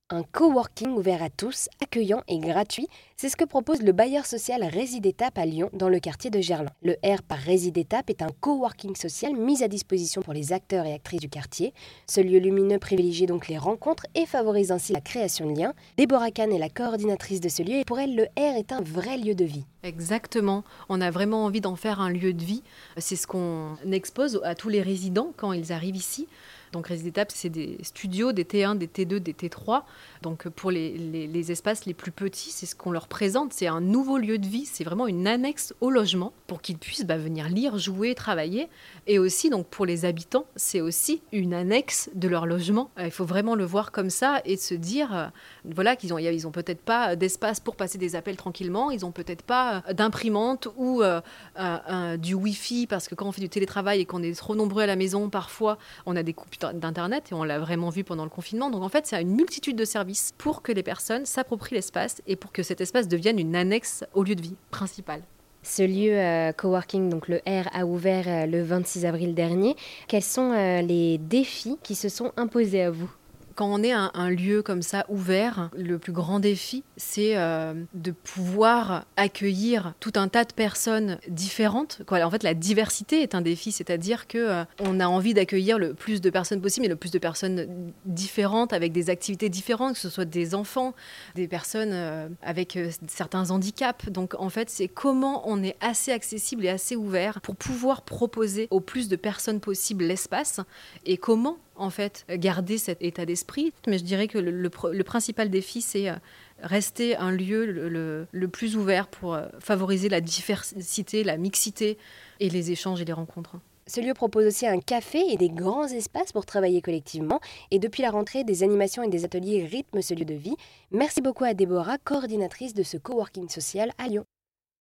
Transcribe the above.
Un coworking ouvert à tous, accueillant et gratuit, c'est ce que propose le bailleur social Résidétape à Lyon, dans le quartier de Gerland. Le R par Résidétape est un coworking social mis à disposition pour les acteurs et actrices du quartier. Ce lieu lumineux privilégie donc les rencontres et favorise ainsi la création de liens. Déborah Kahn est la coordinatrice de ce lieu et pour elle, le R est un vrai lieu de vie. Exactement, on a vraiment envie d'en faire un lieu de vie. C'est ce qu'on expose à tous les résidents quand ils arrivent ici. Donc Résidétape, c'est des studios, des T1, des T2, des T3. Donc pour les espaces les plus petits, c'est ce qu'on leur présente. C'est un nouveau lieu de vie, c'est vraiment une annexe au logement pour qu'ils puissent venir lire, jouer, travailler. Et aussi, donc pour les habitants, c'est aussi une annexe de leur logement. Il faut vraiment le voir comme ça et se dire voilà, qu'ils ont peut-être pas d'espace pour passer des appels tranquillement, ils ont peut-être pas d'imprimante ou du Wi-Fi, parce que quand on fait du télétravail et qu'on est trop nombreux à la maison, parfois on a des coupures d'internet et on l'a vraiment vu pendant le confinement. Donc en fait, c'est une multitude de services pour que les personnes s'approprient l'espace et pour que cet espace devienne une annexe au lieu de vie principal. Ce lieu coworking, donc le R, a ouvert le 26 avril dernier. Quels sont les défis qui se sont imposés à vous ? Quand on est un lieu comme ça ouvert, le plus grand défi, c'est de pouvoir accueillir tout un tas de personnes différentes. En fait, la diversité est un défi, c'est-à-dire qu'on a envie d'accueillir le plus de personnes possible, et le plus de personnes différentes, avec des activités différentes, que ce soit des enfants, des personnes avec certains handicaps. Donc, en fait, c'est comment on est assez accessible et assez ouvert pour pouvoir proposer au plus de personnes possible l'espace, et comment en fait, garder cet état d'esprit. Mais je dirais que le principal défi, c'est rester un lieu le plus ouvert pour favoriser la diversité, la mixité et les échanges et les rencontres. Ce lieu propose aussi un café et des grands espaces pour travailler collectivement. Et depuis la rentrée, des animations et des ateliers rythment ce lieu de vie. Merci beaucoup à Déborah, coordinatrice de ce coworking social à Lyon.